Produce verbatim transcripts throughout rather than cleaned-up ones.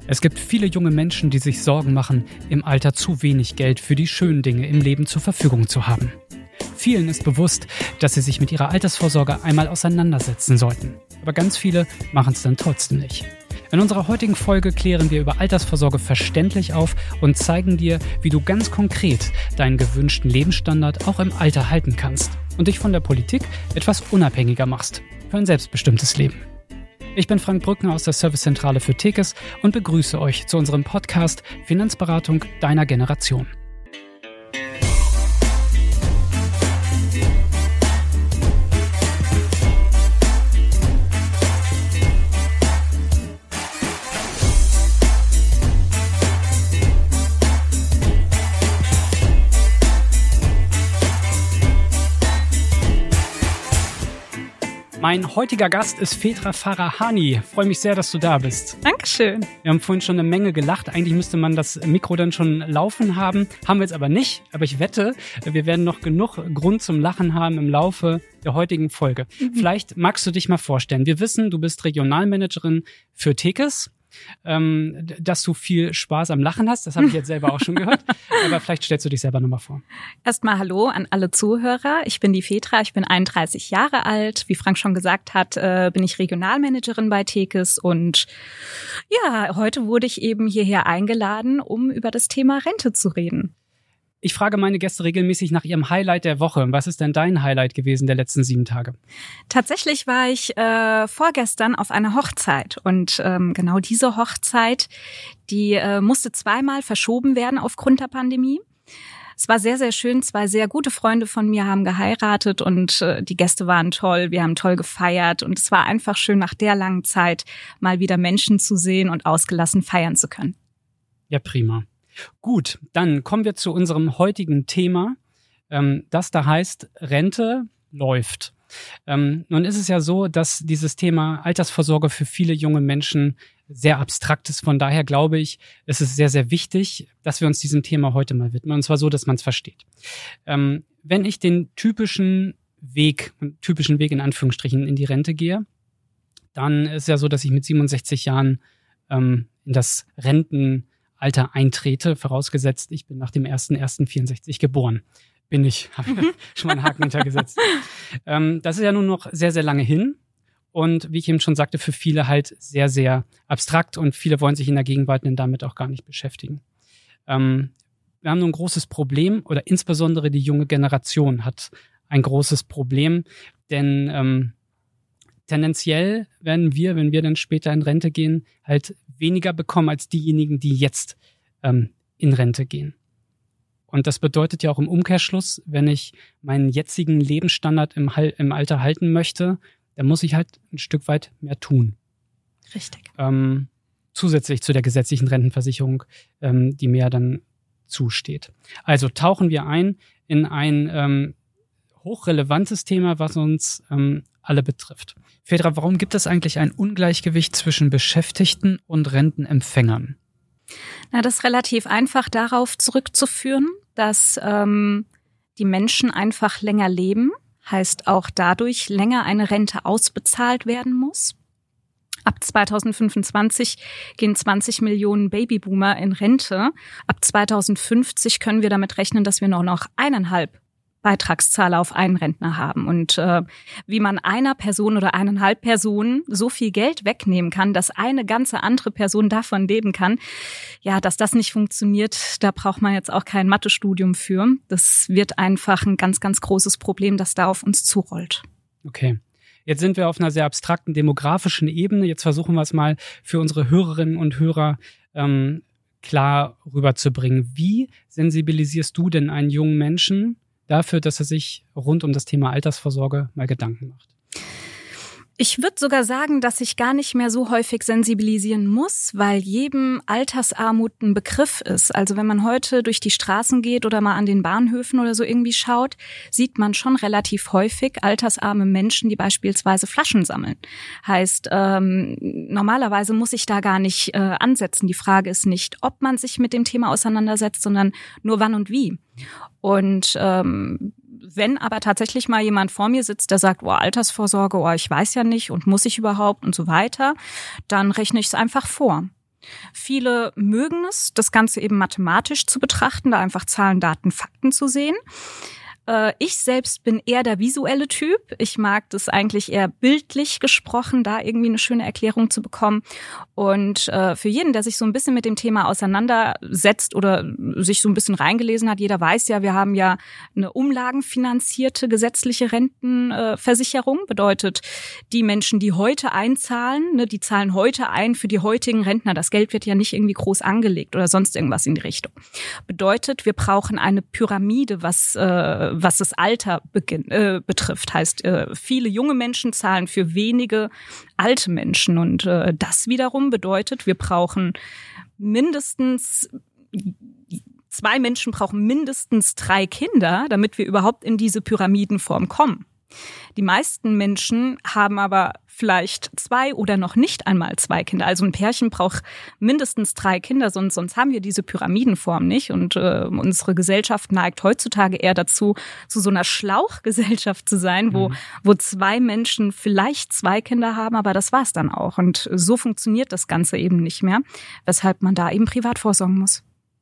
Es gibt viele junge Menschen, die sich Sorgen machen, im Alter zu wenig Geld für die schönen Dinge im Leben zur Verfügung zu haben. Vielen ist bewusst, dass sie sich mit ihrer Altersvorsorge einmal auseinandersetzen sollten. Aber ganz viele machen es dann trotzdem nicht. In unserer heutigen Folge klären wir über Altersvorsorge verständlich auf und zeigen dir, wie du ganz konkret deinen gewünschten Lebensstandard auch im Alter halten kannst und dich von der Politik etwas unabhängiger machst für ein selbstbestimmtes Leben. Ich bin Frank Brückner aus der Servicezentrale für Tekes und begrüße euch zu unserem Podcast Finanzberatung deiner Generation. Mein heutiger Gast ist Fedra Farahani. Ich freue mich sehr, dass du da bist. Dankeschön. Wir haben vorhin schon eine Menge gelacht. Eigentlich müsste man das Mikro dann schon laufen haben. Haben wir jetzt aber nicht. Aber ich wette, wir werden noch genug Grund zum Lachen haben im Laufe der heutigen Folge. Mhm. Vielleicht magst du dich mal vorstellen. Wir wissen, du bist Regionalmanagerin für Tekes. Ähm, dass du viel Spaß am Lachen hast. Das habe ich jetzt selber auch schon gehört. Aber vielleicht stellst du dich selber nochmal vor. Erstmal Hallo an alle Zuhörer. Ich bin die Fedra, ich bin einunddreißig Jahre alt. Wie Frank schon gesagt hat, äh, bin ich Regionalmanagerin bei Tekes. Und ja, heute wurde ich eben hierher eingeladen, um über das Thema Rente zu reden. Ich frage meine Gäste regelmäßig nach ihrem Highlight der Woche. Was ist denn dein Highlight gewesen der letzten sieben Tage? Tatsächlich war ich äh, vorgestern auf einer Hochzeit. Und ähm, genau diese Hochzeit, die äh, musste zweimal verschoben werden aufgrund der Pandemie. Es war sehr, sehr schön. Zwei sehr gute Freunde von mir haben geheiratet und äh, die Gäste waren toll. Wir haben toll gefeiert und es war einfach schön, nach der langen Zeit mal wieder Menschen zu sehen und ausgelassen feiern zu können. Ja, prima. Gut, dann kommen wir zu unserem heutigen Thema, ähm, das da heißt Rente läuft. Ähm, nun ist es ja so, dass dieses Thema Altersvorsorge für viele junge Menschen sehr abstrakt ist. Von daher glaube ich, es ist sehr, sehr wichtig, dass wir uns diesem Thema heute mal widmen. Und zwar so, dass man es versteht. Ähm, wenn ich den typischen Weg, typischen Weg in Anführungsstrichen in die Rente gehe, dann ist es ja so, dass ich mit siebenundsechzig Jahren ähm, in das Renten Alter eintrete, vorausgesetzt, ich bin nach dem ersten ersten vierundsechzig geboren. Bin ich, habe mhm. schon mal einen Haken hintergesetzt. ähm, das ist ja nur noch sehr, sehr lange hin und wie ich eben schon sagte, für viele halt sehr, sehr abstrakt und viele wollen sich in der Gegenwart denn damit auch gar nicht beschäftigen. Ähm, wir haben nur ein großes Problem oder insbesondere die junge Generation hat ein großes Problem, denn ähm, tendenziell werden wir, wenn wir dann später in Rente gehen, halt weniger bekommen als diejenigen, die jetzt ähm, in Rente gehen. Und das bedeutet ja auch im Umkehrschluss, wenn ich meinen jetzigen Lebensstandard im, im Alter halten möchte, dann muss ich halt ein Stück weit mehr tun. Richtig. Ähm, zusätzlich zu der gesetzlichen Rentenversicherung, ähm, die mir dann zusteht. Also tauchen wir ein in ein ähm, hochrelevantes Thema, was uns ähm, alle betrifft. Fedra, warum gibt es eigentlich ein Ungleichgewicht zwischen Beschäftigten und Rentenempfängern? Na, das ist relativ einfach darauf zurückzuführen, dass ähm, die Menschen einfach länger leben, heißt auch dadurch länger eine Rente ausbezahlt werden muss. Ab zweitausendfünfundzwanzig gehen zwanzig Millionen Babyboomer in Rente. Ab zweitausendfünfzig können wir damit rechnen, dass wir nur noch eineinhalb Beitragszahler auf einen Rentner haben. Und äh, wie man einer Person oder eineinhalb Personen so viel Geld wegnehmen kann, dass eine ganze andere Person davon leben kann, ja, dass das nicht funktioniert, da braucht man jetzt auch kein Mathestudium für. Das wird einfach ein ganz, ganz großes Problem, das da auf uns zurollt. Okay. Jetzt sind wir auf einer sehr abstrakten demografischen Ebene. Jetzt versuchen wir es mal für unsere Hörerinnen und Hörer ähm, klar rüberzubringen. Wie sensibilisierst du denn einen jungen Menschen dafür, dass er sich rund um das Thema Altersvorsorge mal Gedanken macht? Ich würde sogar sagen, dass ich gar nicht mehr so häufig sensibilisieren muss, weil jedem Altersarmut ein Begriff ist. Also wenn man heute durch die Straßen geht oder mal an den Bahnhöfen oder so irgendwie schaut, sieht man schon relativ häufig altersarme Menschen, die beispielsweise Flaschen sammeln. Heißt, ähm, normalerweise muss ich da gar nicht äh, ansetzen. Die Frage ist nicht, ob man sich mit dem Thema auseinandersetzt, sondern nur wann und wie. Und ähm, wenn aber tatsächlich mal jemand vor mir sitzt, der sagt, oh, Altersvorsorge, oh, ich weiß ja nicht und muss ich überhaupt und so weiter, dann rechne ich es einfach vor. Viele mögen es, das Ganze eben mathematisch zu betrachten, da einfach Zahlen, Daten, Fakten zu sehen. Ich selbst bin eher der visuelle Typ. Ich mag das eigentlich eher bildlich gesprochen, da irgendwie eine schöne Erklärung zu bekommen. Und äh, für jeden, der sich so ein bisschen mit dem Thema auseinandersetzt oder sich so ein bisschen reingelesen hat, jeder weiß ja, wir haben ja eine umlagenfinanzierte gesetzliche Rentenversicherung. Äh, Bedeutet, die Menschen, die heute einzahlen, ne, die zahlen heute ein für die heutigen Rentner. Das Geld wird ja nicht irgendwie groß angelegt oder sonst irgendwas in die Richtung. Bedeutet, wir brauchen eine Pyramide, was äh, was das Alter beginn, äh, betrifft. Heißt, äh, viele junge Menschen zahlen für wenige alte Menschen. Und äh, das wiederum bedeutet, wir brauchen mindestens, zwei Menschen brauchen mindestens drei Kinder, damit wir überhaupt in diese Pyramidenform kommen. Die meisten Menschen haben aber vielleicht zwei oder noch nicht einmal zwei Kinder. Also ein Pärchen braucht mindestens drei Kinder, sonst, sonst haben wir diese Pyramidenform nicht. Und äh, unsere Gesellschaft neigt heutzutage eher dazu, zu so einer Schlauchgesellschaft zu sein, wo, mhm. wo zwei Menschen vielleicht zwei Kinder haben, aber das war's dann auch. Und so funktioniert das Ganze eben nicht mehr, weshalb man da eben privat vorsorgen muss.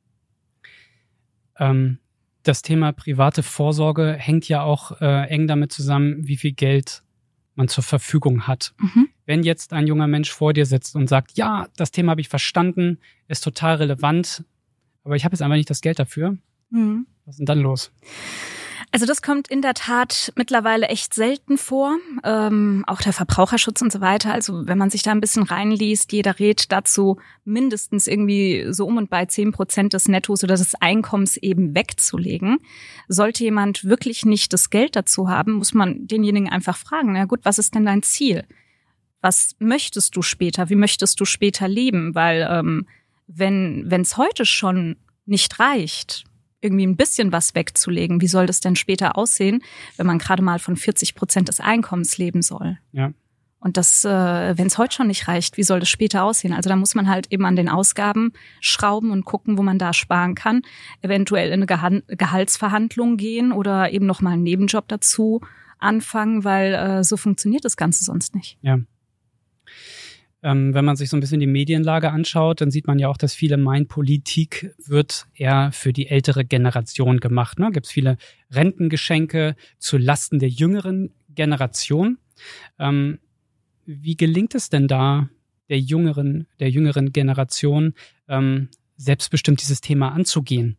Ähm. Das Thema private Vorsorge hängt ja auch äh, eng damit zusammen, wie viel Geld man zur Verfügung hat. Mhm. Wenn jetzt ein junger Mensch vor dir sitzt und sagt, ja, das Thema habe ich verstanden, ist total relevant, aber ich habe jetzt einfach nicht das Geld dafür, mhm. was ist denn dann los? Also das kommt in der Tat mittlerweile echt selten vor, ähm, auch der Verbraucherschutz und so weiter. Also wenn man sich da ein bisschen reinliest, jeder rät dazu, mindestens irgendwie so um und bei zehn Prozent des Nettos oder des Einkommens eben wegzulegen. Sollte jemand wirklich nicht das Geld dazu haben, muss man denjenigen einfach fragen, na gut, was ist denn dein Ziel? Was möchtest du später? Wie möchtest du später leben? Weil ähm, wenn wenn es heute schon nicht reicht, irgendwie ein bisschen was wegzulegen, wie soll das denn später aussehen, wenn man gerade mal von vierzig Prozent des Einkommens leben soll? Ja. Und das, äh, wenn es heute schon nicht reicht, wie soll das später aussehen? Also da muss man halt eben an den Ausgaben schrauben und gucken, wo man da sparen kann, eventuell in eine Geha- Gehaltsverhandlung gehen oder eben nochmal einen Nebenjob dazu anfangen, weil äh, so funktioniert das Ganze sonst nicht. Ja. Ähm, wenn man sich so ein bisschen die Medienlage anschaut, dann sieht man ja auch, dass viele meinen, Politik wird eher für die ältere Generation gemacht. Ne? Gibt es viele Rentengeschenke zu Lasten der jüngeren Generation. Ähm, wie gelingt es denn da der jüngeren, der jüngeren Generation, ähm, selbstbestimmt dieses Thema anzugehen?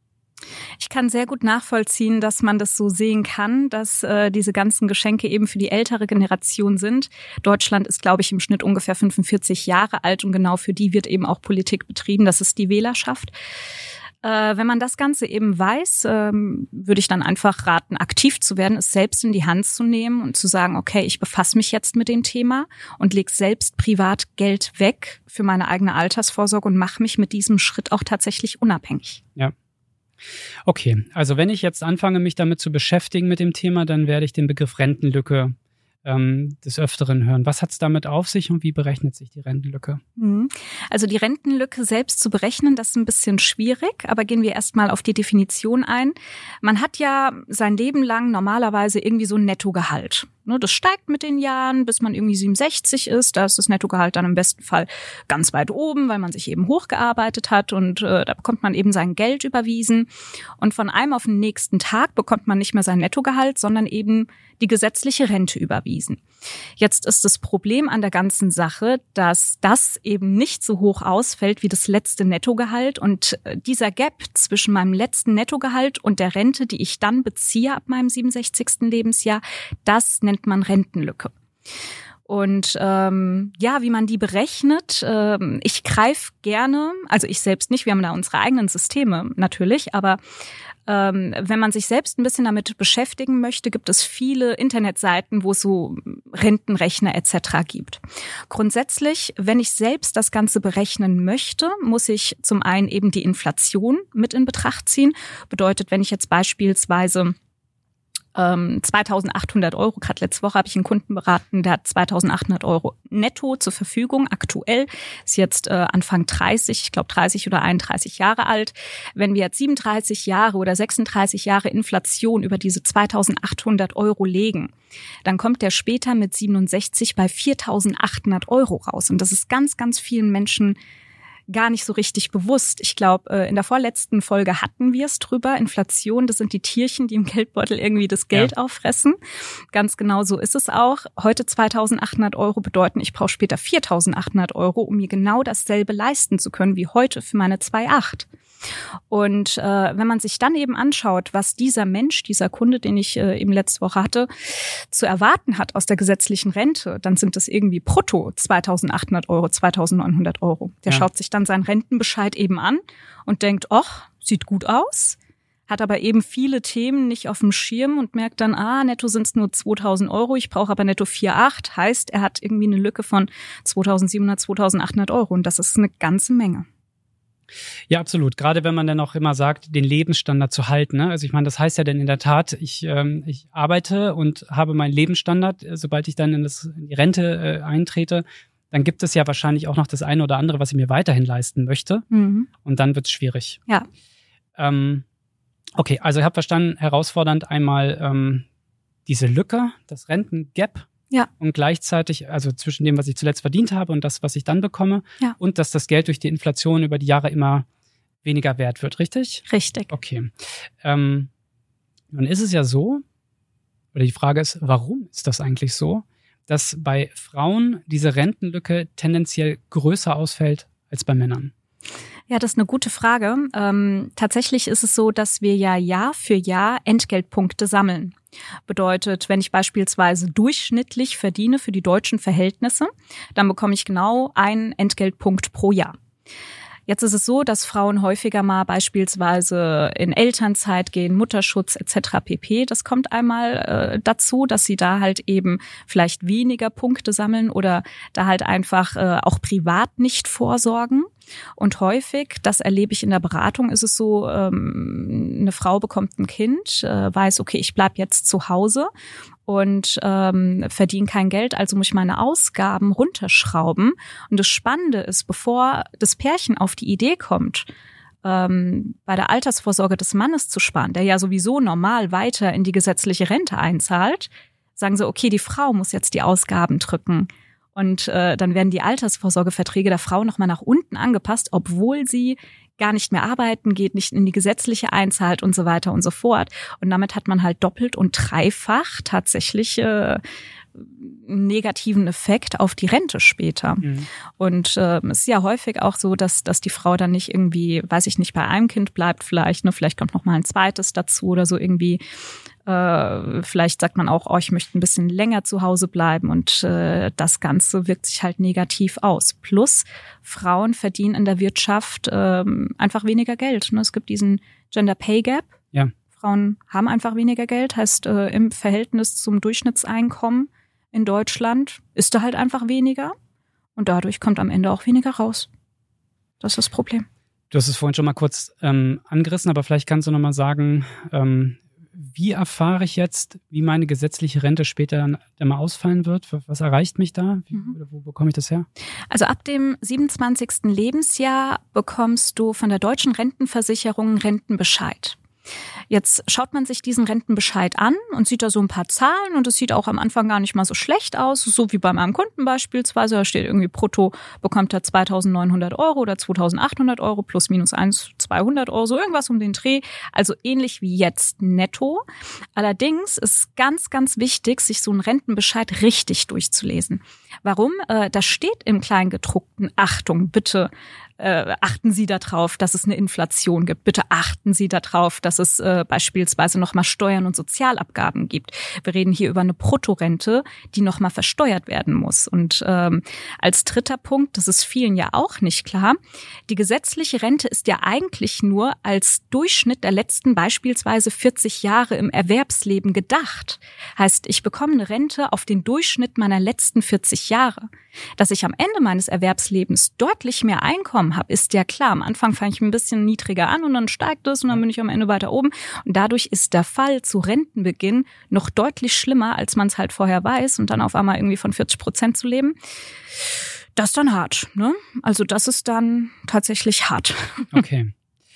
Ich kann sehr gut nachvollziehen, dass man das so sehen kann, dass äh, diese ganzen Geschenke eben für die ältere Generation sind. Deutschland ist, glaube ich, im Schnitt ungefähr fünfundvierzig Jahre alt und genau für die wird eben auch Politik betrieben. Das ist die Wählerschaft. Äh, wenn man das Ganze eben weiß, ähm, würde ich dann einfach raten, aktiv zu werden, es selbst in die Hand zu nehmen und zu sagen, okay, ich befasse mich jetzt mit dem Thema und lege selbst privat Geld weg für meine eigene Altersvorsorge und mache mich mit diesem Schritt auch tatsächlich unabhängig. Ja. Okay, also wenn ich jetzt anfange, mich damit zu beschäftigen mit dem Thema, dann werde ich den Begriff Rentenlücke ähm, des Öfteren hören. Was hat es damit auf sich und wie berechnet sich die Rentenlücke? Also die Rentenlücke selbst zu berechnen, das ist ein bisschen schwierig, aber gehen wir erstmal auf die Definition ein. Man hat ja sein Leben lang normalerweise irgendwie so ein Nettogehalt. Das steigt mit den Jahren, bis man irgendwie siebenundsechzig ist. Da ist das Nettogehalt dann im besten Fall ganz weit oben, weil man sich eben hochgearbeitet hat und äh, da bekommt man eben sein Geld überwiesen. Und von einem auf den nächsten Tag bekommt man nicht mehr sein Nettogehalt, sondern eben die gesetzliche Rente überwiesen. Jetzt ist das Problem an der ganzen Sache, dass das eben nicht so hoch ausfällt wie das letzte Nettogehalt und dieser Gap zwischen meinem letzten Nettogehalt und der Rente, die ich dann beziehe ab meinem siebenundsechzigsten Lebensjahr, das nennt man Rentenlücke. Und ähm, ja, wie man die berechnet, ähm, ich greife gerne, also ich selbst nicht, wir haben da unsere eigenen Systeme natürlich, aber ähm, wenn man sich selbst ein bisschen damit beschäftigen möchte, gibt es viele Internetseiten, wo es so Rentenrechner et cetera gibt. Grundsätzlich, wenn ich selbst das Ganze berechnen möchte, muss ich zum einen eben die Inflation mit in Betracht ziehen. Bedeutet, wenn ich jetzt beispielsweise zweitausendachthundert Euro, gerade letzte Woche habe ich einen Kunden beraten, der hat zweitausendachthundert Euro netto zur Verfügung, aktuell, ist jetzt äh, Anfang dreißig, ich glaube dreißig oder einunddreißig Jahre alt. Wenn wir jetzt siebenunddreißig Jahre oder sechsunddreißig Jahre Inflation über diese zweitausendachthundert Euro legen, dann kommt der später mit siebenundsechzig bei viertausendachthundert Euro raus. Und das ist ganz, ganz vielen Menschen gar nicht so richtig bewusst. Ich glaube, in der vorletzten Folge hatten wir es drüber. Inflation, das sind die Tierchen, die im Geldbeutel irgendwie das Geld ja. auffressen. Ganz genau so ist es auch. Heute zweitausendachthundert Euro bedeuten, ich brauche später viertausendachthundert Euro, um mir genau dasselbe leisten zu können wie heute für meine zwei Komma acht. Und äh, wenn man sich dann eben anschaut, was dieser Mensch, dieser Kunde, den ich äh, eben letzte Woche hatte, zu erwarten hat aus der gesetzlichen Rente, dann sind das irgendwie brutto zweitausendachthundert Euro, zweitausendneunhundert Euro. Der ja. schaut sich dann seinen Rentenbescheid eben an und denkt, ach, sieht gut aus, hat aber eben viele Themen nicht auf dem Schirm und merkt dann, ah, netto sind es nur zweitausend Euro, ich brauche aber netto vier Komma acht, heißt, er hat irgendwie eine Lücke von zweitausendsiebenhundert, zweitausendachthundert Euro und das ist eine ganze Menge. Ja, absolut. Gerade wenn man dann auch immer sagt, den Lebensstandard zu halten. Ne? Also ich meine, das heißt ja dann in der Tat, ich, ähm, ich arbeite und habe meinen Lebensstandard. Sobald ich dann in, das, in die Rente äh, eintrete, dann gibt es ja wahrscheinlich auch noch das eine oder andere, was ich mir weiterhin leisten möchte. Mhm. Und dann wird es schwierig. Ja. Ähm, okay, also ich habe verstanden, herausfordernd einmal ähm, diese Lücke, das Rentengap. Ja. Und gleichzeitig, also zwischen dem, was ich zuletzt verdient habe und das, was ich dann bekomme. Ja. Und dass das Geld durch die Inflation über die Jahre immer weniger wert wird, richtig? Richtig. Okay. Ähm, nun ist es ja so, oder die Frage ist, warum ist das eigentlich so, dass bei Frauen diese Rentenlücke tendenziell größer ausfällt als bei Männern? Ja, das ist eine gute Frage. Ähm, tatsächlich ist es so, dass wir ja Jahr für Jahr Entgeltpunkte sammeln. Bedeutet, wenn ich beispielsweise durchschnittlich verdiene für die deutschen Verhältnisse, dann bekomme ich genau einen Entgeltpunkt pro Jahr. Jetzt ist es so, dass Frauen häufiger mal beispielsweise in Elternzeit gehen, Mutterschutz et cetera pp. Das kommt einmal äh, dazu, dass sie da halt eben vielleicht weniger Punkte sammeln oder da halt einfach äh, auch privat nicht vorsorgen. Und häufig, das erlebe ich in der Beratung, ist es so, ähm, eine Frau bekommt ein Kind, äh, weiß, okay, ich bleib jetzt zu Hause und ähm, verdiene kein Geld, also muss ich meine Ausgaben runterschrauben. Und das Spannende ist, bevor das Pärchen auf die Idee kommt, ähm, bei der Altersvorsorge des Mannes zu sparen, der ja sowieso normal weiter in die gesetzliche Rente einzahlt, sagen sie, okay, die Frau muss jetzt die Ausgaben drücken. Und äh, dann werden die Altersvorsorgeverträge der Frau nochmal nach unten angepasst, obwohl sie gar nicht mehr arbeiten geht, nicht in die gesetzliche einzahlt und so weiter und so fort. Und damit hat man halt doppelt und dreifach tatsächlich äh, einen negativen Effekt auf die Rente später. Mhm. Und äh, es ist ja häufig auch so, dass dass die Frau dann nicht irgendwie, weiß ich nicht, bei einem Kind bleibt vielleicht, ne, vielleicht kommt noch mal ein zweites dazu oder so irgendwie. Äh, vielleicht sagt man auch, oh, ich möchte ein bisschen länger zu Hause bleiben und äh, das Ganze wirkt sich halt negativ aus. Plus Frauen verdienen in der Wirtschaft äh, einfach weniger Geld. Ne? Es gibt diesen Gender Pay Gap. Ja. Frauen haben einfach weniger Geld, heißt äh, im Verhältnis zum Durchschnittseinkommen in Deutschland ist da halt einfach weniger und dadurch kommt am Ende auch weniger raus. Das ist das Problem. Du hast es vorhin schon mal kurz ähm, angerissen, aber vielleicht kannst du noch mal sagen, ähm, wie erfahre ich jetzt, wie meine gesetzliche Rente später dann, dann mal ausfallen wird? Was erreicht mich da? Wie, mhm. oder wo bekomme ich das her? Also ab dem siebenundzwanzigsten Lebensjahr bekommst du von der Deutschen Rentenversicherung einen Rentenbescheid. Jetzt schaut man sich diesen Rentenbescheid an und sieht da so ein paar Zahlen und es sieht auch am Anfang gar nicht mal so schlecht aus, so wie bei meinem Kunden beispielsweise. Da steht irgendwie brutto bekommt er zweitausendneunhundert Euro oder zweitausendachthundert Euro plus minus eins, zweihundert Euro, so irgendwas um den Dreh. Also ähnlich wie jetzt netto. Allerdings ist ganz, ganz wichtig, sich so einen Rentenbescheid richtig durchzulesen. Warum? Äh, da steht im Kleingedruckten, Achtung, bitte, Äh, achten Sie darauf, dass es eine Inflation gibt. Bitte achten Sie darauf, dass es äh, beispielsweise nochmal Steuern und Sozialabgaben gibt. Wir reden hier über eine Bruttorente, die nochmal versteuert werden muss. Und ähm, als dritter Punkt, das ist vielen ja auch nicht klar, die gesetzliche Rente ist ja eigentlich nur als Durchschnitt der letzten beispielsweise vierzig Jahre im Erwerbsleben gedacht. Heißt, ich bekomme eine Rente auf den Durchschnitt meiner letzten vierzig Jahre. Dass ich am Ende meines Erwerbslebens deutlich mehr Einkommen habe, ist ja klar. Am Anfang fange ich ein bisschen niedriger an und dann steigt es und dann bin ich am Ende weiter oben. Und dadurch ist der Fall zu Rentenbeginn noch deutlich schlimmer, als man es halt vorher weiß und dann auf einmal irgendwie von vierzig Prozent zu leben. Das ist dann hart, ne? Also das ist dann tatsächlich hart. Okay.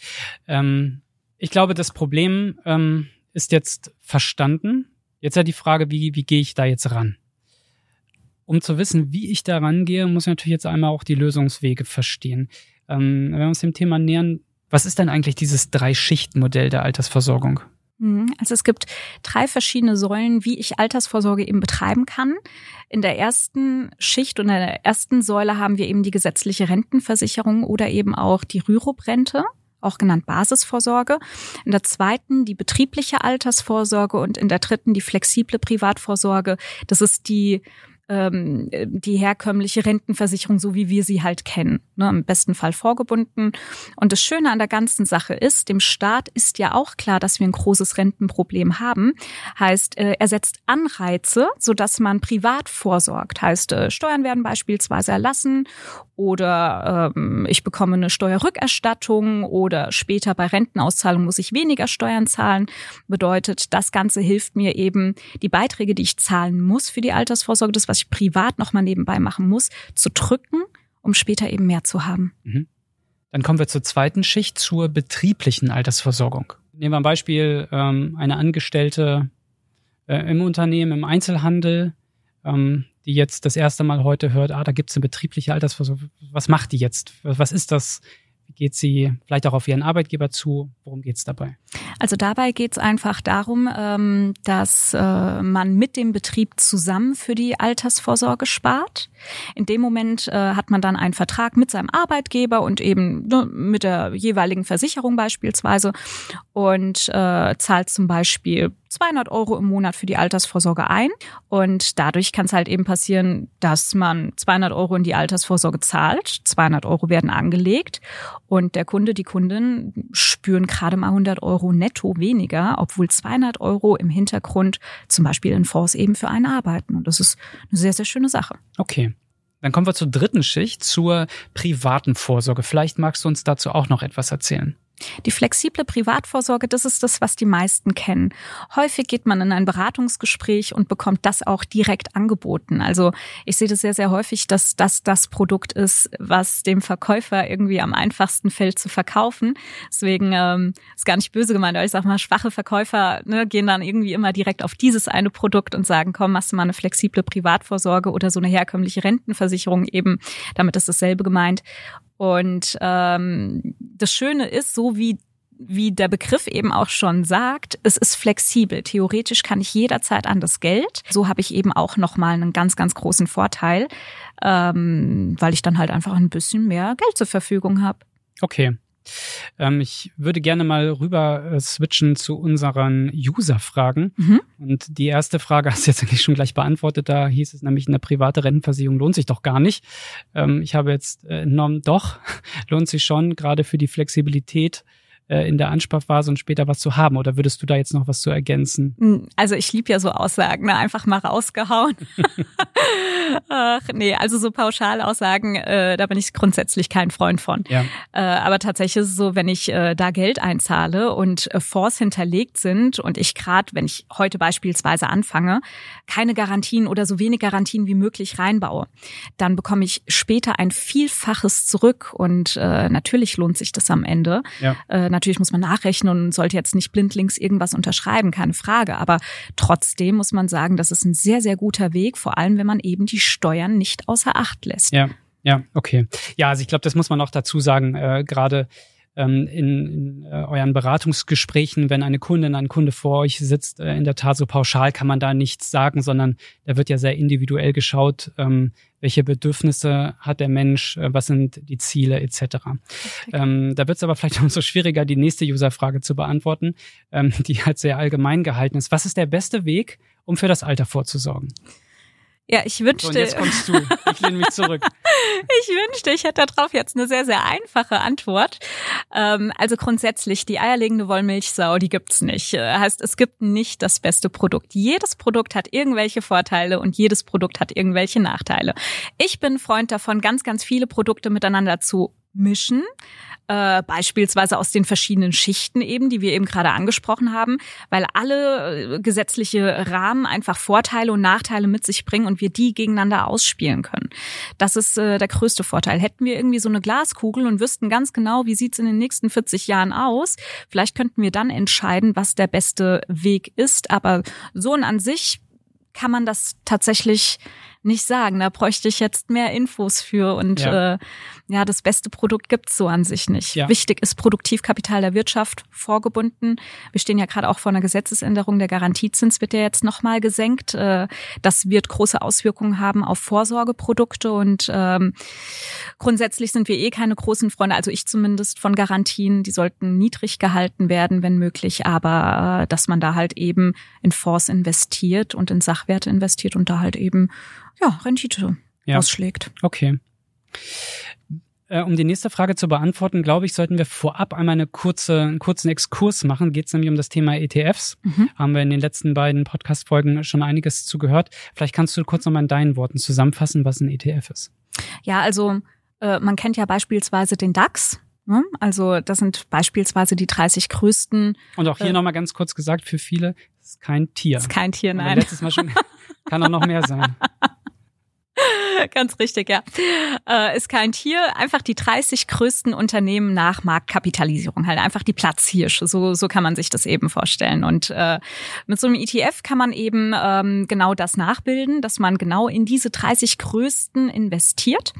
ähm, ich glaube, das Problem ähm, ist jetzt verstanden. Jetzt ja die Frage, wie, wie gehe ich da jetzt ran? Um zu wissen, wie ich da rangehe, muss ich natürlich jetzt einmal auch die Lösungswege verstehen. Ähm, wenn wir uns dem Thema nähern, was ist denn eigentlich dieses Drei-Schichten-Modell der Altersversorgung? Also es gibt drei verschiedene Säulen, wie ich Altersvorsorge eben betreiben kann. In der ersten Schicht und in der ersten Säule haben wir eben die gesetzliche Rentenversicherung oder eben auch die Rürup-Rente, auch genannt Basisvorsorge. In der zweiten die betriebliche Altersvorsorge und in der dritten die flexible Privatvorsorge. Das ist die ähm, die herkömmliche Rentenversicherung, so wie wir sie halt kennen, ne, im besten Fall vorgebunden. Und das Schöne an der ganzen Sache ist, dem Staat ist ja auch klar, dass wir ein großes Rentenproblem haben. Heißt, äh, er setzt Anreize, sodass man privat vorsorgt. Heißt, äh, Steuern werden beispielsweise erlassen oder ähm, ich bekomme eine Steuerrückerstattung oder später bei Rentenauszahlung muss ich weniger Steuern zahlen. Bedeutet, das Ganze hilft mir eben, die Beiträge, die ich zahlen muss für die Altersvorsorge, das, was ich privat nochmal nebenbei machen muss, zu drücken, um später eben mehr zu haben. Mhm. Dann kommen wir zur zweiten Schicht, zur betrieblichen Altersversorgung. Nehmen wir ein Beispiel, ähm, eine Angestellte äh, im Unternehmen, im Einzelhandel, ähm, die jetzt das erste Mal heute hört, ah, da gibt es eine betriebliche Altersvorsorge. Was macht die jetzt? Was ist das? Wie geht sie vielleicht auch auf ihren Arbeitgeber zu? Worum geht es dabei? Also dabei geht es einfach darum, dass man mit dem Betrieb zusammen für die Altersvorsorge spart. In dem Moment hat man dann einen Vertrag mit seinem Arbeitgeber und eben mit der jeweiligen Versicherung beispielsweise und zahlt zum Beispiel zweihundert Euro im Monat für die Altersvorsorge ein. Und dadurch kann es halt eben passieren, dass man zweihundert Euro in die Altersvorsorge zahlt. zweihundert Euro werden angelegt und der Kunde, die Kundin spüren gerade mal hundert Euro netto weniger, obwohl zweihundert Euro im Hintergrund zum Beispiel in Fonds eben für einen arbeiten. Und das ist eine sehr, sehr schöne Sache. Okay. Dann kommen wir zur dritten Schicht, zur privaten Vorsorge. Vielleicht magst du uns dazu auch noch etwas erzählen. Die flexible Privatvorsorge, das ist das, was die meisten kennen. Häufig geht man in ein Beratungsgespräch und bekommt das auch direkt angeboten. Also ich sehe das sehr, sehr häufig, dass das das Produkt ist, was dem Verkäufer irgendwie am einfachsten fällt zu verkaufen. Deswegen ähm, ist gar nicht böse gemeint, aber ich sag mal, schwache Verkäufer ne, gehen dann irgendwie immer direkt auf dieses eine Produkt und sagen, komm, machst du mal eine flexible Privatvorsorge oder so eine herkömmliche Rentenversicherung eben. Damit ist dasselbe gemeint. Und ähm, das Schöne ist, so wie wie der Begriff eben auch schon sagt, es ist flexibel. Theoretisch kann ich jederzeit an das Geld. So habe ich eben auch nochmal einen ganz, ganz großen Vorteil, ähm, weil ich dann halt einfach ein bisschen mehr Geld zur Verfügung habe. Okay. Ähm, ich würde gerne mal rüber äh, switchen zu unseren User-Fragen. Mhm. Und die erste Frage hast du jetzt eigentlich schon gleich beantwortet. Da hieß es nämlich, eine private Rentenversicherung lohnt sich doch gar nicht. Ähm, ich habe jetzt äh, entnommen, doch, lohnt sich schon, gerade für die Flexibilität äh, in der Ansparphase und später was zu haben. Oder würdest du da jetzt noch was zu ergänzen? Also ich liebe ja so Aussagen, ne? Einfach mal rausgehauen. Ach nee, also so Pauschalaussagen, äh, da bin ich grundsätzlich kein Freund von. Ja. Äh, aber tatsächlich ist es so, wenn ich äh, da Geld einzahle und äh, Fonds hinterlegt sind und ich gerade, wenn ich heute beispielsweise anfange, keine Garantien oder so wenig Garantien wie möglich reinbaue, dann bekomme ich später ein Vielfaches zurück und äh, natürlich lohnt sich das am Ende. Ja. Äh, natürlich muss man nachrechnen und sollte jetzt nicht blindlings irgendwas unterschreiben, keine Frage. Aber trotzdem muss man sagen, das ist ein sehr, sehr guter Weg, vor allem wenn man eben die Steuern nicht außer Acht lässt. Ja, ja, okay. Ja, also ich glaube, das muss man auch dazu sagen, äh, gerade ähm, in, in äh, euren Beratungsgesprächen, wenn eine Kundin, ein Kunde vor euch sitzt, äh, in der Tat so pauschal kann man da nichts sagen, sondern da wird ja sehr individuell geschaut, ähm, welche Bedürfnisse hat der Mensch, äh, was sind die Ziele et cetera. Ähm, da wird es aber vielleicht umso schwieriger, die nächste User-Frage zu beantworten, ähm, die halt sehr allgemein gehalten ist. Was ist der beste Weg, um für das Alter vorzusorgen? Ja, ich wünschte. So, und jetzt kommst du. Ich lehne mich zurück. Ich wünschte, ich hätte darauf jetzt eine sehr, sehr einfache Antwort. Ähm, also grundsätzlich, die eierlegende Wollmilchsau, die gibt's nicht. Äh, heißt, es gibt nicht das beste Produkt. Jedes Produkt hat irgendwelche Vorteile und jedes Produkt hat irgendwelche Nachteile. Ich bin Freund davon, ganz, ganz viele Produkte miteinander zu mischen. Äh, beispielsweise aus den verschiedenen Schichten eben, die wir eben gerade angesprochen haben, weil alle äh, gesetzliche Rahmen einfach Vorteile und Nachteile mit sich bringen und wir die gegeneinander ausspielen können. Das ist äh, der größte Vorteil. Hätten wir irgendwie so eine Glaskugel und wüssten ganz genau, wie sieht's in den nächsten vierzig Jahren aus, vielleicht könnten wir dann entscheiden, was der beste Weg ist, aber so und an sich kann man das tatsächlich nicht sagen. Da bräuchte ich jetzt mehr Infos für und ja, äh, ja das beste Produkt gibt's so an sich nicht. Ja. Wichtig ist Produktivkapital der Wirtschaft, vorgebunden. Wir stehen ja gerade auch vor einer Gesetzesänderung. Der Garantiezins wird ja jetzt nochmal gesenkt. Äh, das wird große Auswirkungen haben auf Vorsorgeprodukte und ähm, grundsätzlich sind wir eh keine großen Freunde, also ich zumindest, von Garantien. Die sollten niedrig gehalten werden, wenn möglich, aber äh, dass man da halt eben in Fonds investiert und in Sachwerte investiert und da halt eben ja, Rendite ja. ausschlägt. Okay. Äh, um die nächste Frage zu beantworten, glaube ich, sollten wir vorab einmal eine kurze, einen kurzen Exkurs machen. Geht es nämlich um das Thema E T Fs. Mhm. Haben wir in den letzten beiden Podcast-Folgen schon einiges zu gehört. Vielleicht kannst du kurz nochmal in deinen Worten zusammenfassen, was ein E T F ist. Ja, also äh, man kennt ja beispielsweise den DAX. Ne? Also das sind beispielsweise die dreißig größten. Und auch hier äh, nochmal ganz kurz gesagt, für viele, das ist kein Tier. Das ist kein Tier, nein. Aber letztes Mal schon, kann auch noch mehr sein. Ganz richtig, ja. Äh, ist kein Tier, einfach die dreißig größten Unternehmen nach Marktkapitalisierung, halt einfach die Platzhirsche, so so kann man sich das eben vorstellen. Und äh, mit so einem E T F kann man eben ähm, genau das nachbilden, dass man genau in diese dreißig größten investiert.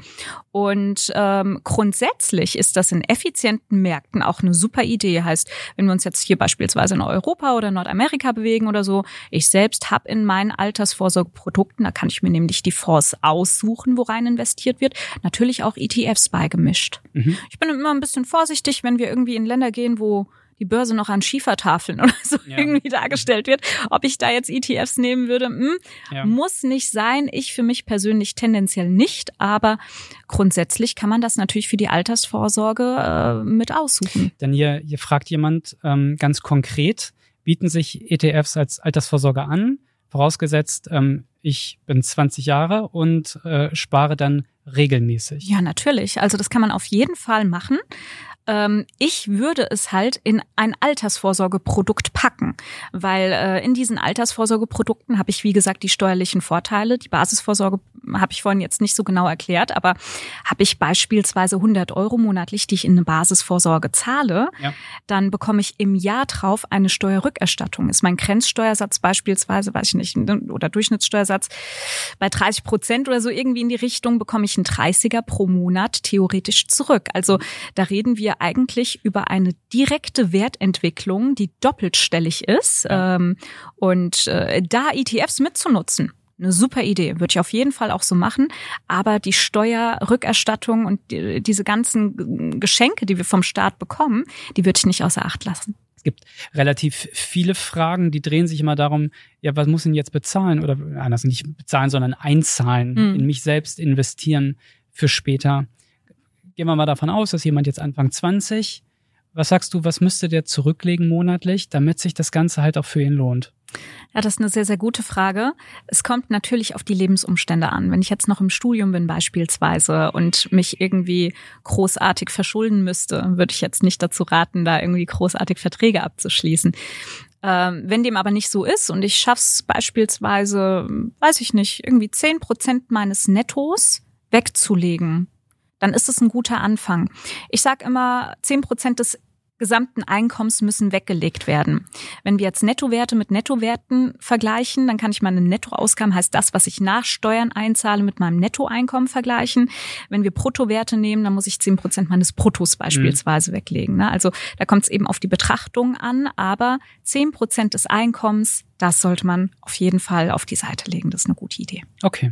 Und ähm, grundsätzlich ist das in effizienten Märkten auch eine super Idee. Heißt, wenn wir uns jetzt hier beispielsweise in Europa oder Nordamerika bewegen oder so, ich selbst habe in meinen Altersvorsorgeprodukten, da kann ich mir nämlich die Fonds aussuchen, wo rein investiert wird, natürlich auch E T Fs beigemischt. Mhm. Ich bin immer ein bisschen vorsichtig, wenn wir irgendwie in Länder gehen, wo die Börse noch an Schiefertafeln oder so ja. irgendwie dargestellt wird. Ob ich da jetzt E T Fs nehmen würde, hm, ja. muss nicht sein. Ich für mich persönlich tendenziell nicht, aber grundsätzlich kann man das natürlich für die Altersvorsorge äh, mit aussuchen. Denn hier, hier fragt jemand ähm, ganz konkret, bieten sich E T Fs als Altersvorsorge an? Vorausgesetzt, ähm, ich bin zwanzig Jahre und äh, spare dann regelmäßig. Ja, natürlich. Also das kann man auf jeden Fall machen. Ähm, ich würde es halt in ein Altersvorsorgeprodukt packen, weil äh, in diesen Altersvorsorgeprodukten habe ich, wie gesagt, die steuerlichen Vorteile. Die Basisvorsorge habe ich vorhin jetzt nicht so genau erklärt, aber habe ich beispielsweise hundert Euro monatlich, die ich in eine Basisvorsorge zahle, ja. dann bekomme ich im Jahr drauf eine Steuerrückerstattung. Ist mein Grenzsteuersatz beispielsweise, weiß ich nicht, oder Durchschnittssteuersatz bei dreißig Prozent oder so irgendwie in die Richtung, bekomme ich einen dreißiger pro Monat theoretisch zurück. Also da reden wir eigentlich über eine direkte Wertentwicklung, die doppeltstellig ist, ja. ähm, und äh, da E T Fs mitzunutzen. Eine super Idee, würde ich auf jeden Fall auch so machen. Aber die Steuerrückerstattung und die, diese ganzen Geschenke, die wir vom Staat bekommen, die würde ich nicht außer Acht lassen. Es gibt relativ viele Fragen, die drehen sich immer darum, ja, was muss ich jetzt bezahlen? Oder anders, nicht bezahlen, sondern einzahlen, mhm. in mich selbst investieren für später. Gehen wir mal davon aus, dass jemand jetzt Anfang zwanzig, was sagst du, was müsste der zurücklegen monatlich, damit sich das Ganze halt auch für ihn lohnt? Ja, das ist eine sehr, sehr gute Frage. Es kommt natürlich auf die Lebensumstände an. Wenn ich jetzt noch im Studium bin beispielsweise und mich irgendwie großartig verschulden müsste, würde ich jetzt nicht dazu raten, da irgendwie großartig Verträge abzuschließen. Ähm, wenn dem aber nicht so ist und ich schaff's beispielsweise, weiß ich nicht, irgendwie zehn Prozent meines Nettos wegzulegen, dann ist es ein guter Anfang. Ich sage immer, zehn Prozent des gesamten Einkommens müssen weggelegt werden. Wenn wir jetzt Nettowerte mit Nettowerten vergleichen, dann kann ich meine Nettoausgaben, heißt das, was ich nach Steuern einzahle, mit meinem Nettoeinkommen vergleichen. Wenn wir Bruttowerte nehmen, dann muss ich zehn Prozent meines Bruttos beispielsweise mhm. weglegen. Also da kommt es eben auf die Betrachtung an, aber zehn Prozent des Einkommens, das sollte man auf jeden Fall auf die Seite legen. Das ist eine gute Idee. Okay.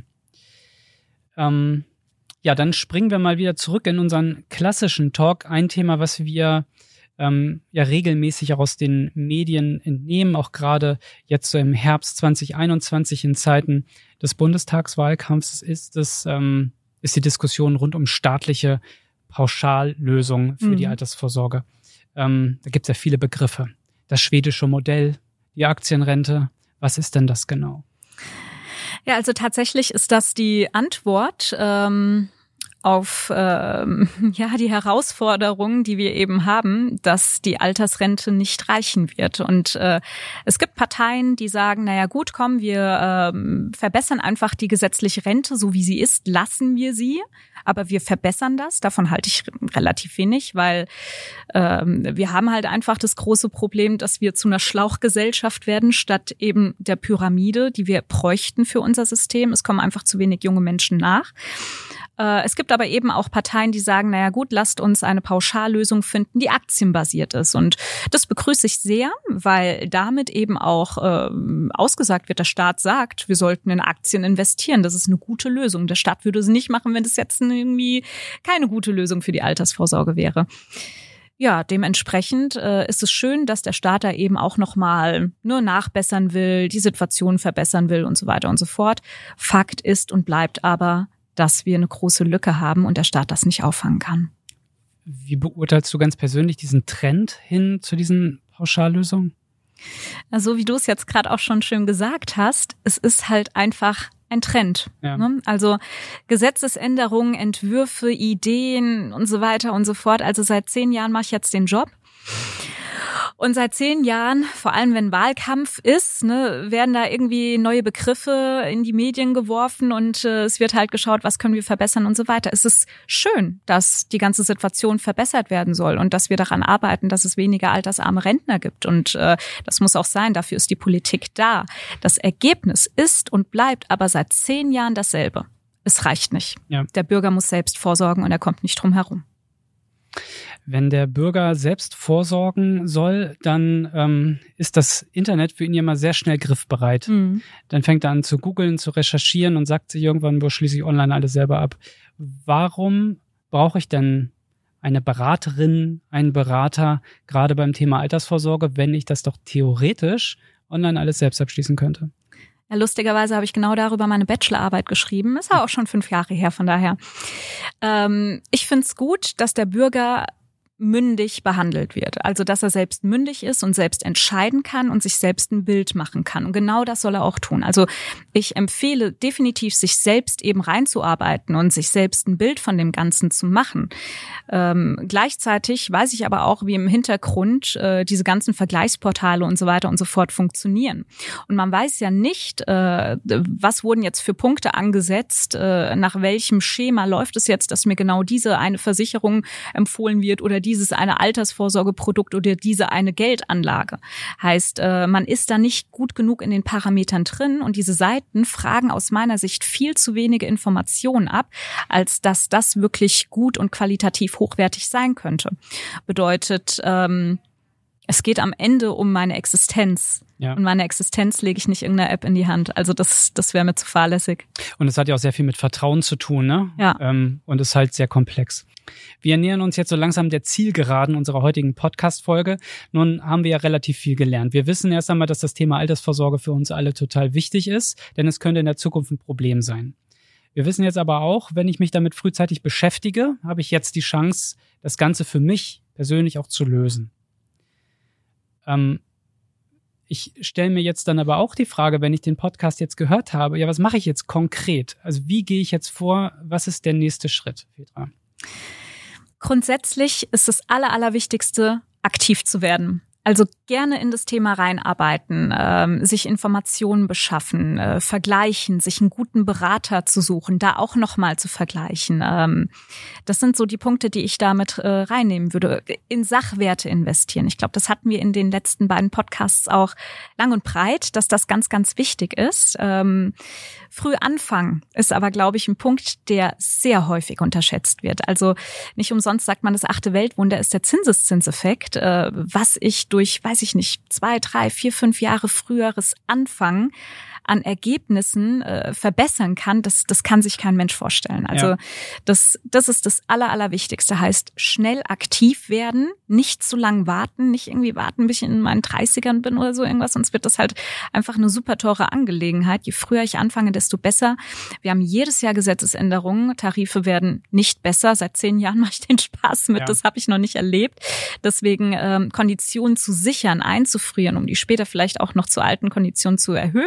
Ähm Ja, dann springen wir mal wieder zurück in unseren klassischen Talk. Ein Thema, was wir ähm, ja regelmäßig auch aus den Medien entnehmen, auch gerade jetzt so im Herbst zwanzig einundzwanzig in Zeiten des Bundestagswahlkampfs, ist es ähm, ist die Diskussion rund um staatliche Pauschallösungen für mhm. die Altersvorsorge. Ähm, da gibt es ja viele Begriffe. Das schwedische Modell, die Aktienrente. Was ist denn das genau? Ja, also tatsächlich ist das die Antwort ähm, auf ähm, ja die Herausforderung, die wir eben haben, dass die Altersrente nicht reichen wird. Und äh, es gibt Parteien, die sagen, naja gut, komm, wir ähm, verbessern einfach die gesetzliche Rente, so wie sie ist, lassen wir sie, aber wir verbessern das. Davon halte ich relativ wenig, weil ähm, wir haben halt einfach das große Problem, dass wir zu einer Schlauchgesellschaft werden, statt eben der Pyramide, die wir bräuchten für unser System. Es kommen einfach zu wenig junge Menschen nach. Es gibt aber eben auch Parteien, die sagen, naja gut, lasst uns eine Pauschallösung finden, die aktienbasiert ist. Und das begrüße ich sehr, weil damit eben auch äh, ausgesagt wird, der Staat sagt, wir sollten in Aktien investieren. Das ist eine gute Lösung. Der Staat würde es nicht machen, wenn das jetzt irgendwie keine gute Lösung für die Altersvorsorge wäre. Ja, dementsprechend äh, ist es schön, dass der Staat da eben auch nochmal nur nachbessern will, die Situation verbessern will und so weiter und so fort. Fakt ist und bleibt aber, dass wir eine große Lücke haben und der Staat das nicht auffangen kann. Wie beurteilst du ganz persönlich diesen Trend hin zu diesen Pauschallösungen? Also wie du es jetzt gerade auch schon schön gesagt hast, es ist halt einfach ein Trend. Ja. Ne? Also Gesetzesänderungen, Entwürfe, Ideen und so weiter und so fort. Also seit zehn Jahren mache ich jetzt den Job. Und seit zehn Jahren, vor allem wenn Wahlkampf ist, ne, werden da irgendwie neue Begriffe in die Medien geworfen und äh, es wird halt geschaut, was können wir verbessern und so weiter. Es ist schön, dass die ganze Situation verbessert werden soll und dass wir daran arbeiten, dass es weniger altersarme Rentner gibt. Und äh, das muss auch sein, dafür ist die Politik da. Das Ergebnis ist und bleibt aber seit zehn Jahren dasselbe. Es reicht nicht. Ja. Der Bürger muss selbst vorsorgen und er kommt nicht drum herum. Wenn der Bürger selbst vorsorgen soll, dann ähm, ist das Internet für ihn ja mal sehr schnell griffbereit. Mhm. Dann fängt er an zu googeln, zu recherchieren und sagt sich irgendwann, wo schließe ich online alles selber ab. Warum brauche ich denn eine Beraterin, einen Berater, gerade beim Thema Altersvorsorge, wenn ich das doch theoretisch online alles selbst abschließen könnte? Ja, lustigerweise habe ich genau darüber meine Bachelorarbeit geschrieben. Ist ja auch schon fünf Jahre her, von daher. Ähm, ich finde es gut, dass der Bürger mündig behandelt wird. Also, dass er selbst mündig ist und selbst entscheiden kann und sich selbst ein Bild machen kann. Und genau das soll er auch tun. Also, ich empfehle definitiv, sich selbst eben reinzuarbeiten und sich selbst ein Bild von dem Ganzen zu machen. Ähm, gleichzeitig weiß ich aber auch, wie im Hintergrund äh, diese ganzen Vergleichsportale und so weiter und so fort funktionieren. Und man weiß ja nicht, äh, was wurden jetzt für Punkte angesetzt, äh, nach welchem Schema läuft es jetzt, dass mir genau diese eine Versicherung empfohlen wird oder dieses eine Altersvorsorgeprodukt oder diese eine Geldanlage. Heißt, man ist da nicht gut genug in den Parametern drin und diese Seiten fragen aus meiner Sicht viel zu wenige Informationen ab, als dass das wirklich gut und qualitativ hochwertig sein könnte. Bedeutet, ähm, es geht am Ende um meine Existenz. Ja. Und meine Existenz lege ich nicht irgendeiner App in die Hand. Also das, das wäre mir zu fahrlässig. Und es hat ja auch sehr viel mit Vertrauen zu tun, ne? Ja. Ähm, und ist halt sehr komplex. Wir nähern uns jetzt so langsam der Zielgeraden unserer heutigen Podcast-Folge. Nun haben wir ja relativ viel gelernt. Wir wissen erst einmal, dass das Thema Altersvorsorge für uns alle total wichtig ist, denn es könnte in der Zukunft ein Problem sein. Wir wissen jetzt aber auch, wenn ich mich damit frühzeitig beschäftige, habe ich jetzt die Chance, das Ganze für mich persönlich auch zu lösen. Ähm, ich stelle mir jetzt dann aber auch die Frage, wenn ich den Podcast jetzt gehört habe, ja, was mache ich jetzt konkret? Also wie gehe ich jetzt vor? Was ist der nächste Schritt, Petra? Grundsätzlich ist das Aller, Allerwichtigste, aktiv zu werden. Also gerne in das Thema reinarbeiten, ähm, sich Informationen beschaffen, äh, vergleichen, sich einen guten Berater zu suchen, da auch nochmal zu vergleichen. Ähm, das sind so die Punkte, die ich damit äh, reinnehmen würde. In Sachwerte investieren. Ich glaube, das hatten wir in den letzten beiden Podcasts auch lang und breit, dass das ganz, ganz wichtig ist. Ähm, früh anfangen ist aber, glaube ich, ein Punkt, der sehr häufig unterschätzt wird. Also nicht umsonst sagt man, das achte Weltwunder ist der Zinseszinseffekt, äh, was ich durch, weiß ich nicht, zwei, drei, vier, fünf Jahre früheres Anfangen an Ergebnissen äh, verbessern kann, das das kann sich kein Mensch vorstellen. Also ja. das das ist das Aller, Allerwichtigste. Heißt, schnell aktiv werden, nicht zu lang warten, nicht irgendwie warten, bis ich in meinen dreißigern bin oder so irgendwas, sonst wird das halt einfach eine super teure Angelegenheit. Je früher ich anfange, desto besser. Wir haben jedes Jahr Gesetzesänderungen, Tarife werden nicht besser. Seit zehn Jahren mache ich den Spaß mit, ja. Das habe ich noch nicht erlebt. Deswegen ähm, Konditionen zu sichern, einzufrieren, um die später vielleicht auch noch zu alten Konditionen zu erhöhen,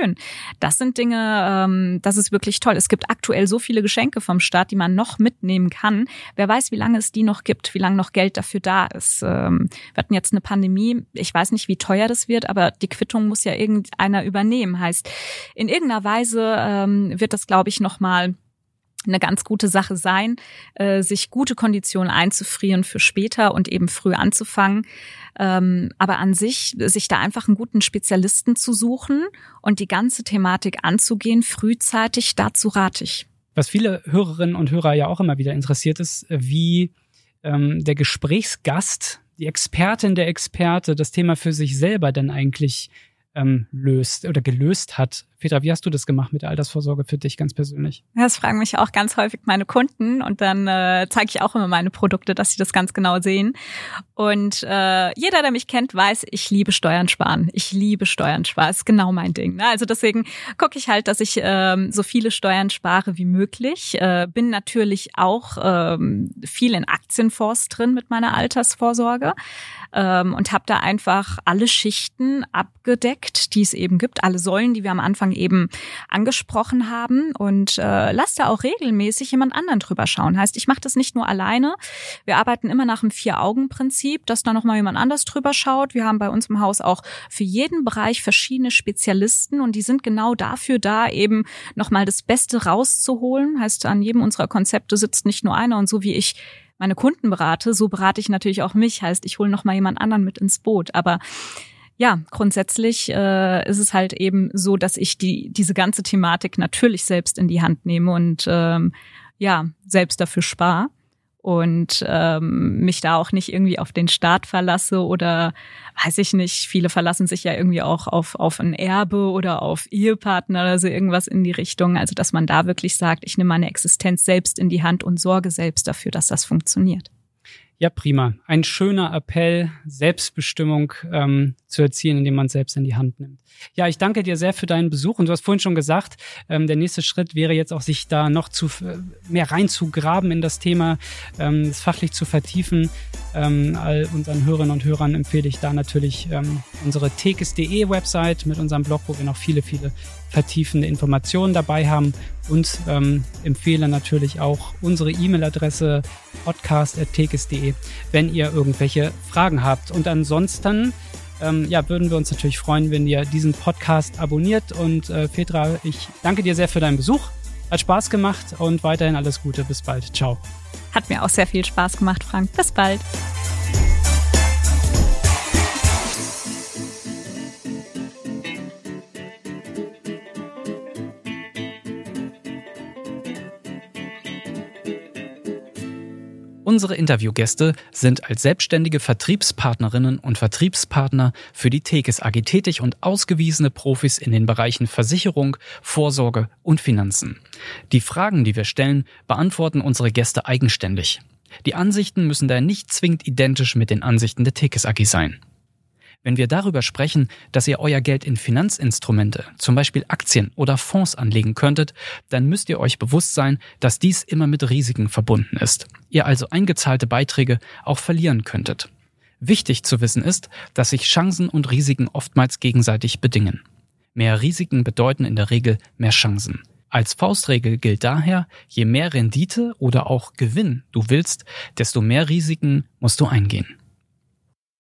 das sind Dinge, ähm, das ist wirklich toll. Es gibt aktuell so viele Geschenke vom Staat, die man noch mitnehmen kann. Wer weiß, wie lange es die noch gibt, wie lange noch Geld dafür da ist. Ähm, wir hatten jetzt eine Pandemie. Ich weiß nicht, wie teuer das wird, aber die Quittung muss ja irgendeiner übernehmen. Heißt, in irgendeiner Weise ähm, wird das, glaube ich, nochmal eine ganz gute Sache sein, äh, sich gute Konditionen einzufrieren für später und eben früh anzufangen. Ähm, aber an sich, sich da einfach einen guten Spezialisten zu suchen und die ganze Thematik anzugehen, frühzeitig, dazu rate ich. Was viele Hörerinnen und Hörer ja auch immer wieder interessiert ist, wie ähm, der Gesprächsgast, die Expertin, der Experte das Thema für sich selber denn eigentlich ähm, löst oder gelöst hat. Petra, wie hast du das gemacht mit der Altersvorsorge für dich ganz persönlich? Das fragen mich auch ganz häufig meine Kunden und dann äh, zeige ich auch immer meine Produkte, dass sie das ganz genau sehen. Und äh, jeder, der mich kennt, weiß, ich liebe Steuern sparen. Ich liebe Steuern sparen. Das ist genau mein Ding. Ne? Also deswegen gucke ich halt, dass ich ähm, so viele Steuern spare wie möglich. Äh, bin natürlich auch ähm, viel in Aktienfonds drin mit meiner Altersvorsorge ähm, und habe da einfach alle Schichten abgedeckt, die es eben gibt, alle Säulen, die wir am Anfang eben angesprochen haben und äh, lass da auch regelmäßig jemand anderen drüber schauen. Heißt, ich mache das nicht nur alleine. Wir arbeiten immer nach dem Vier-Augen-Prinzip, dass da nochmal jemand anders drüber schaut. Wir haben bei uns im Haus auch für jeden Bereich verschiedene Spezialisten und die sind genau dafür da, eben nochmal das Beste rauszuholen. Heißt, an jedem unserer Konzepte sitzt nicht nur einer und so wie ich meine Kunden berate, so berate ich natürlich auch mich. Heißt, ich hole nochmal jemand anderen mit ins Boot. Aber ja, grundsätzlich äh, ist es halt eben so, dass ich die diese ganze Thematik natürlich selbst in die Hand nehme und ähm, ja, selbst dafür spare und ähm, mich da auch nicht irgendwie auf den Staat verlasse oder weiß ich nicht, viele verlassen sich ja irgendwie auch auf auf ein Erbe oder auf Ehepartner oder so irgendwas in die Richtung. Also, dass man da wirklich sagt, ich nehme meine Existenz selbst in die Hand und sorge selbst dafür, dass das funktioniert. Ja, prima. Ein schöner Appell, Selbstbestimmung ähm, zu erzielen, indem man es selbst in die Hand nimmt. Ja, ich danke dir sehr für deinen Besuch. Und du hast vorhin schon gesagt, ähm, der nächste Schritt wäre jetzt auch, sich da noch zu äh, mehr reinzugraben in das Thema, ähm, es fachlich zu vertiefen. Ähm, all unseren Hörerinnen und Hörern empfehle ich da natürlich ähm, unsere tekes punkt de Website mit unserem Blog, wo wir noch viele, viele vertiefende Informationen dabei haben und ähm, empfehle natürlich auch unsere E-Mail-Adresse podcast at tekes punkt de, wenn ihr irgendwelche Fragen habt. Und ansonsten ähm, ja, würden wir uns natürlich freuen, wenn ihr diesen Podcast abonniert. Und äh, Petra, ich danke dir sehr für deinen Besuch. Hat Spaß gemacht und weiterhin alles Gute. Bis bald. Ciao. Hat mir auch sehr viel Spaß gemacht, Frank. Bis bald. Unsere Interviewgäste sind als selbstständige Vertriebspartnerinnen und Vertriebspartner für die Tekes A G tätig und ausgewiesene Profis in den Bereichen Versicherung, Vorsorge und Finanzen. Die Fragen, die wir stellen, beantworten unsere Gäste eigenständig. Die Ansichten müssen daher nicht zwingend identisch mit den Ansichten der Tekes A G sein. Wenn wir darüber sprechen, dass ihr euer Geld in Finanzinstrumente, zum Beispiel Aktien oder Fonds anlegen könntet, dann müsst ihr euch bewusst sein, dass dies immer mit Risiken verbunden ist. Ihr also eingezahlte Beiträge auch verlieren könntet. Wichtig zu wissen ist, dass sich Chancen und Risiken oftmals gegenseitig bedingen. Mehr Risiken bedeuten in der Regel mehr Chancen. Als Faustregel gilt daher, je mehr Rendite oder auch Gewinn du willst, desto mehr Risiken musst du eingehen.